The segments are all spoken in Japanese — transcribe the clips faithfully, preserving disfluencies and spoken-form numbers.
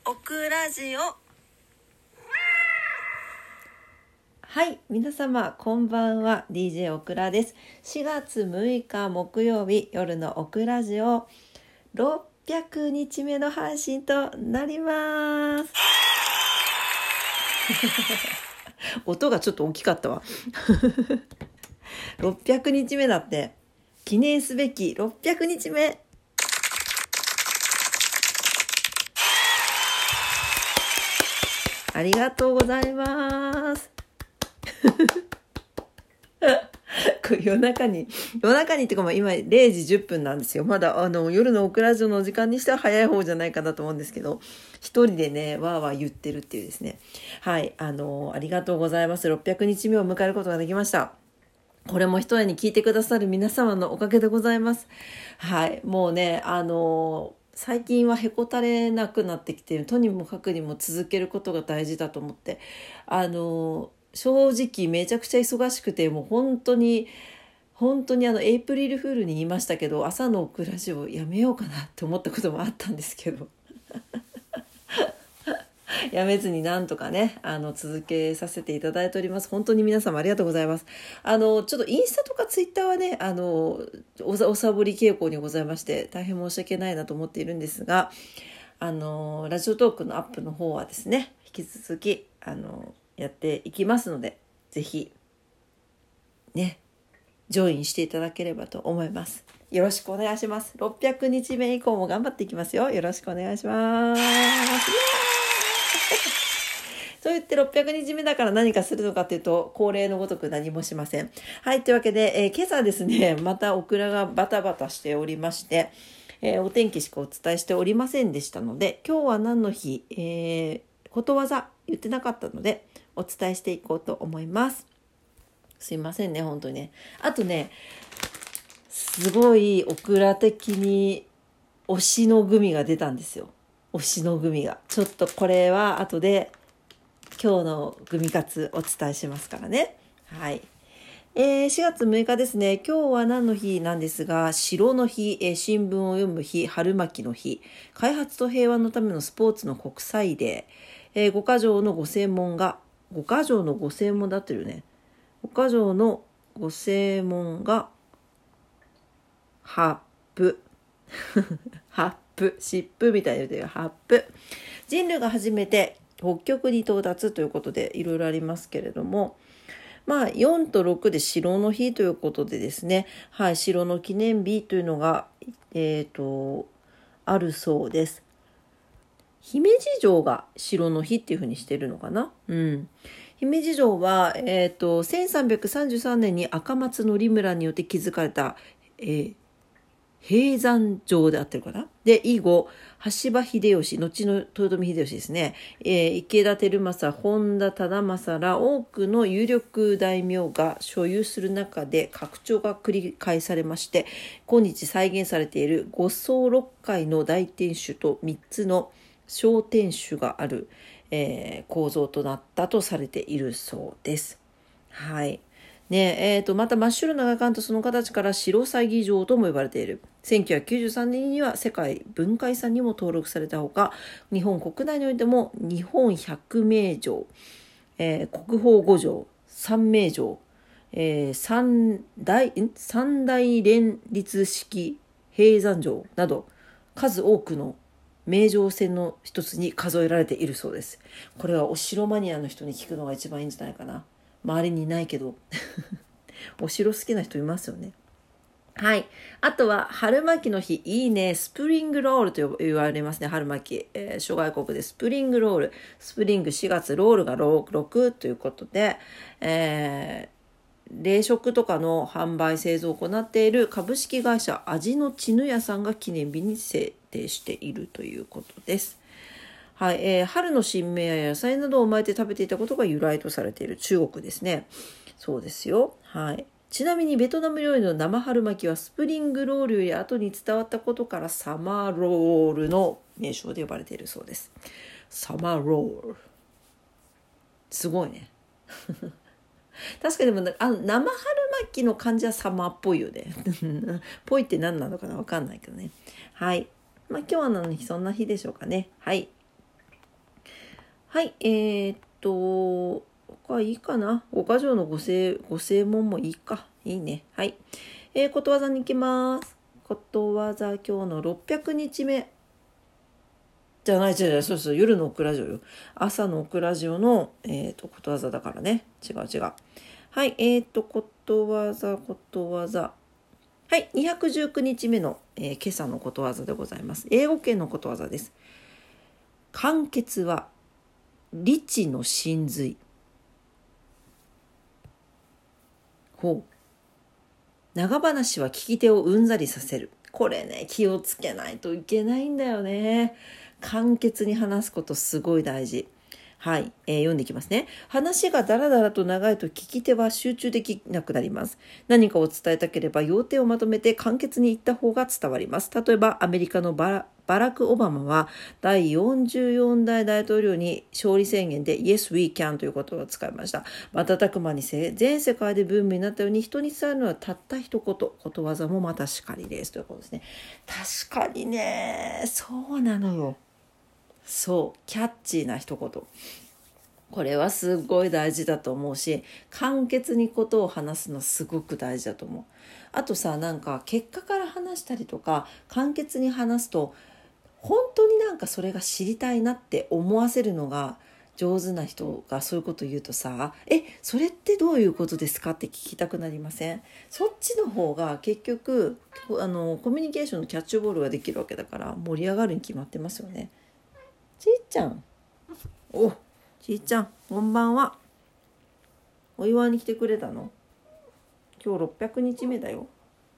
オクラジオ。 はい、皆様こんばんは。 ディージェー オクラです。しがつむいか木曜日夜のオクラジオろっぴゃくにちめの配信となります音がちょっと大きかったわろっぴゃくにちめだって。記念すべきろっぴゃくにちめ。ありがとうございます夜中に夜中にっていうか、まあ今れいじじゅっぷんなんですよ。まだあの夜のオクラジオの時間にしては早い方じゃないかなと思うんですけど、一人でねわーわー言ってるっていうですね。はい、あのありがとうございます。ろっぴゃくにちめを迎えることができました。これも一重に聞いてくださる皆様のおかげでございます。はい、もうねあの最近はへこたれなくなってきている。とにもかくにも続けることが大事だと思って、あの正直めちゃくちゃ忙しくて、もう本当に本当にあのエイプリルフールに言いましたけど、朝のオクラジオやめようかなって思ったこともあったんですけどやめずになんとかねあの続けさせていただいております。本当に皆様ありがとうございます。あのちょっとインスタとかツイッターはねあのおさおさぼり傾向にございまして、大変申し訳ないなと思っているんですが、あのラジオトークのアップの方はですね引き続きあのやっていきますので、ぜひねジョインしていただければと思います。よろしくお願いします。ろっぴゃくにちめ以降も頑張っていきますよ。よろしくお願いします。そう言ってろっぴゃくにちめだから何かするのかというと、恒例のごとく何もしません。はい、というわけで、えー、今朝ですねまたオクラがバタバタしておりまして、えー、お天気しかお伝えしておりませんでしたので、今日は何の日、えー、ことわざ言ってなかったのでお伝えしていこうと思います。すいませんね本当にね。あとねすごいオクラ的に推しのグミが出たんですよ。推しのグミがちょっとこれは後で今日のグミ活お伝えしますからね。はい、えー、しがつむいかですね。今日は何の日なんですが、城の日、えー、新聞を読む日、春巻きの日、開発と平和のためのスポーツの国際デー、えー、五箇条のご正門が五箇条のご正門だってるね。五箇条のご正門がハップハップ湿布みたいに言うてるハップ。人類が初めて北極に到達ということでいろいろありますけれども、まあよんとろくで城の日ということでですね、はい、城の記念日というのがえっとあるそうです。姫路城が城の日っていう風にしてるのかな。うん。姫路城はえっとせんさんびゃくさんじゅうさんねんに赤松則村によって築かれた、えー平山城であってるかな。で以後羽柴秀吉、後の豊臣秀吉ですね、えー、池田輝政、本田忠政ら多くの有力大名が所有する中で拡張が繰り返されまして、今日再現されているご層ろっかいの大天守とみっつの小天守がある、えー、構造となったとされているそうです。はい。ねえー、とまた真っ白な外観とその形から白鷺城とも呼ばれている。せんきゅうひゃくきゅうじゅうさんねんには世界文化遺産にも登録されたほか、日本国内においても日本百名城、えー、国宝五城、三名城、えー、三大三大連立式平山城など数多くの名城線の一つに数えられているそうです。これはお城マニアの人に聞くのが一番いいんじゃないかな。周りにいないけどお城好きな人いますよね。はい。あとは春巻きの日、いいね。スプリングロールと言われますね。春巻き、えー、諸外国でスプリングロール、スプリングしがつ、ロールがろくということで、えー、冷食とかの販売製造を行っている株式会社味のちぬやさんが記念日に制定しているということです。はい、えー、春の新芽や野菜などを巻いて食べていたことが由来とされている中国ですね。そうですよ。はい。ちなみにベトナム料理の生春巻きはスプリングロールより後に伝わったことからサマーロールの名称で呼ばれているそうです。サマーロール。すごいね。確かにでもあの生春巻きの感じはサマーっぽいよね。ぽいって何なのかなわかんないけどね。はい。まあ今日はの日そんな日でしょうかね。はい。 はい、えー、っと、他いいかな。ごか条のご正、ご正問もいいか。いいね。はい。えー、ことわざに行きます。ことわざ今日のろっぴゃくにちめ。じゃないじゃない、そうそう、夜のオクラジオよ。朝のオクラジオの、えー、っと、ことわざだからね。違う違う。はい、えー、っと、ことわざ、ことわざ。はい、にひゃくじゅうくにちめの、えー、今朝のことわざでございます。英語圏のことわざです。簡潔は理智の真髄。ほう。長話は聞き手をうんざりさせる。これね、気をつけないといけないんだよね。簡潔に話すことすごい大事。はい、えー、読んでいきますね。話がだらだらと長いと聞き手は集中できなくなります。何かを伝えたければ要点をまとめて簡潔に言った方が伝わります。例えばアメリカのバラバラク・オバマはだいよんじゅうよんだい大統領に勝利宣言で Yes, we can という言葉を使いました。瞬く間に全世界でブームになったように人に伝えるのはたった一言。ことわざもまたしかりですということですね。確かにね、そうなのよ。そう、キャッチーな一言。これはすごい大事だと思うし、簡潔にことを話すのすごく大事だと思う。あとさ、なんか結果から話したりとか簡潔に話すと本当になんかそれが知りたいなって思わせるのが上手な人がそういうこと言うとさ、え、それってどういうことですかって聞きたくなりません？そっちの方が結局あのコミュニケーションのキャッチボールができるわけだから盛り上がるに決まってますよね。ちいちゃん、お、ちいちゃん、こんばんは。お祝いに来てくれたの？今日ろっぴゃくにちめだよ。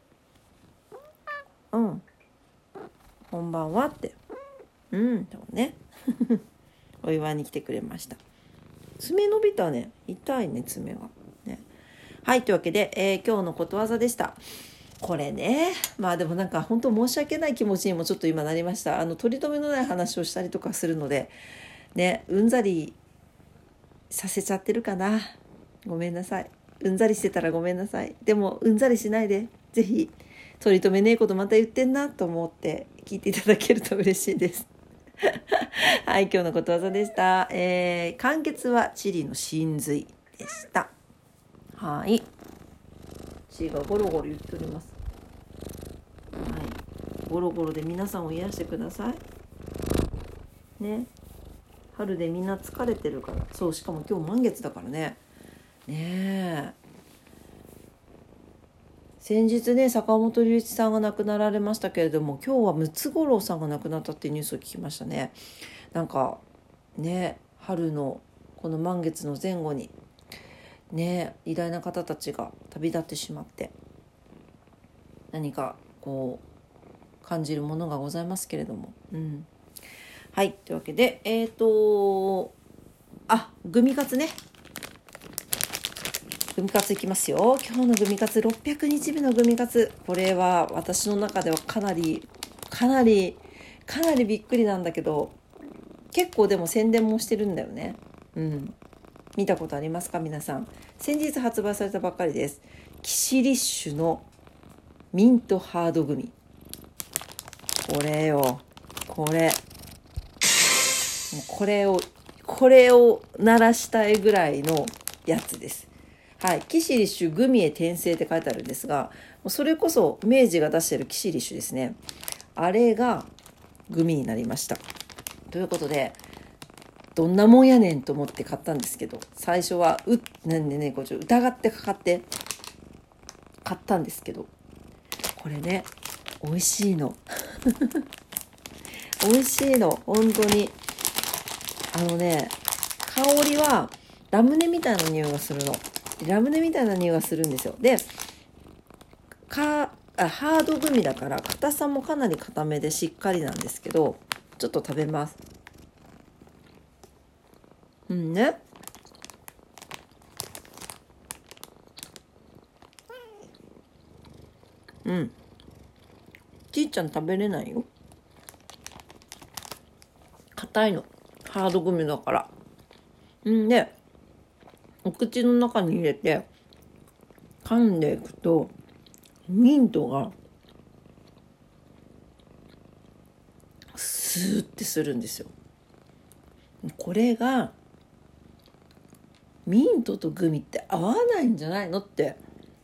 うん。こんばんはって。うん、でもね。お祝いに来てくれました。爪伸びたね。痛いね、爪が。ね。はい、というわけで、えー、今日のことわざでした。これね、まあでもなんか本当申し訳ない気持ちにもちょっと今なりました。あの取り留めのない話をしたりとかするので、ね、うんざりさせちゃってるかな。ごめんなさい。うんざりしてたらごめんなさい。でもうんざりしないで、ぜひ取り留めねえことまた言ってんなと思って聞いていただけると嬉しいです。はい、今日のことわざでした。えー、簡潔は地理の真髄でした。はい。地がゴロゴロ言っております。はい。ゴロゴロで皆さんを癒してください。ね。春でみんな疲れてるから。そう、しかも今日満月だからね。ねえ。先日ね、坂本龍一さんが亡くなられましたけれども、今日はムツゴロウさんが亡くなったっていうニュースを聞きましたね。なんかね、春のこの満月の前後にね、偉大な方たちが旅立ってしまって、何かこう感じるものがございますけれども、うん、はい、というわけで、えっとあ、グミカツね、グミカツいきますよ。今日のグミカツ、ろっぴゃくにちめのグミカツ、これは私の中ではかなりかなりかなりびっくりなんだけど、結構でも宣伝もしてるんだよね。うん、見たことありますか皆さん。先日発売されたばっかりです。キシリッシュのミントハードグミ。これよ、これもうこれをこれを鳴らしたいぐらいのやつです。はい、キシリッシュグミへ転生って書いてあるんですが、それこそ明治が出してるキシリッシュですね。あれがグミになりました。ということで、どんなもんやねんと思って買ったんですけど、最初はうなんでね、こうちょっと疑ってかかって買ったんですけど、これね、美味しいの美味しいの、本当に。あのね、香りはラムネみたいな匂いがするの。ラムネみたいな匂いがするんですよ。で、かあハードグミだから硬さもかなり硬めでしっかりなんですけど、ちょっと食べます。うんね。うん。ちいちゃん食べれないよ。硬いの。ハードグミだから。んで、お口の中に入れて噛んでいくとミントがスーってするんですよ。 これがミントとグミって合わないんじゃないのって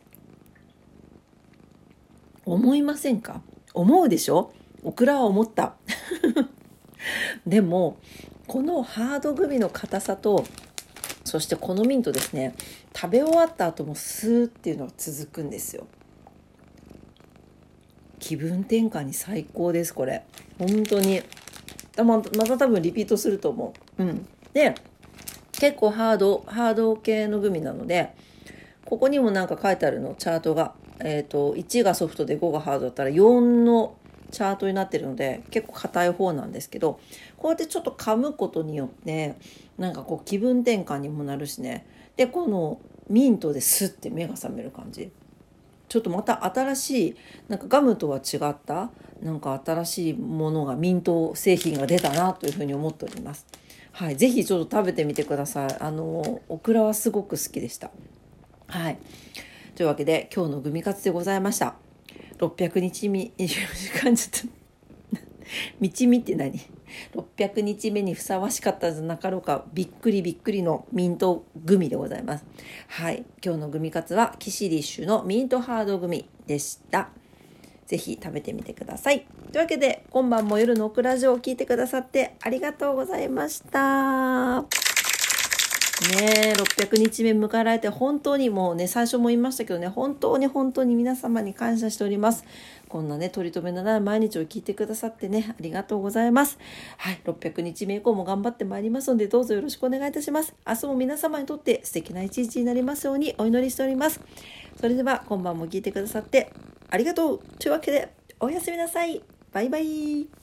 思いませんか？思うでしょ？オクラは思ったでもこのハードグミの硬さと、そしてこのミントですね、食べ終わった後もスーっていうのが続くんですよ。気分転換に最高です。これ本当にままた多分リピートすると思う。うん、で結構ハードハード系のグミなので、ここにもなんか書いてあるの、チャートが、えーと、いちがソフトでごがハードだったらよんのチャートになってるので結構硬い方なんですけど、こうやってちょっと噛むことによってなんかこう気分転換にもなるしね。でこのミントでスッて目が覚める感じ、ちょっとまた新しい、なんかガムとは違ったなんか新しいものが、ミント製品が出たなというふうに思っております。はい、ぜひちょっと食べてみてください。あのオクラはすごく好きでした。はい、というわけで今日のグミカツでございました。ろっぴゃくにちめ時間ちょっとみちみって何ろっぴゃくにちめにふさわしかったんじゃなかろうか、びっくりびっくりのミントグミでございます。はい、今日のグミカツはキシリッシュのミントハードグミでした。ぜひ食べてみてください。というわけで今晩も夜のオクラジオを聞いてくださってありがとうございましたね。ろっぴゃくにちめ迎えられて本当にもうね、最初も言いましたけどね、本当に本当に皆様に感謝しております。こんなね取り留めのない毎日を聞いてくださってね、ありがとうございます。はい、ろっぴゃくにちめ以降も頑張ってまいりますので、どうぞよろしくお願いいたします。明日も皆様にとって素敵な一日になりますようにお祈りしております。それでは今晩も聞いてくださってありがとうというわけで、おやすみなさい。バイバイ。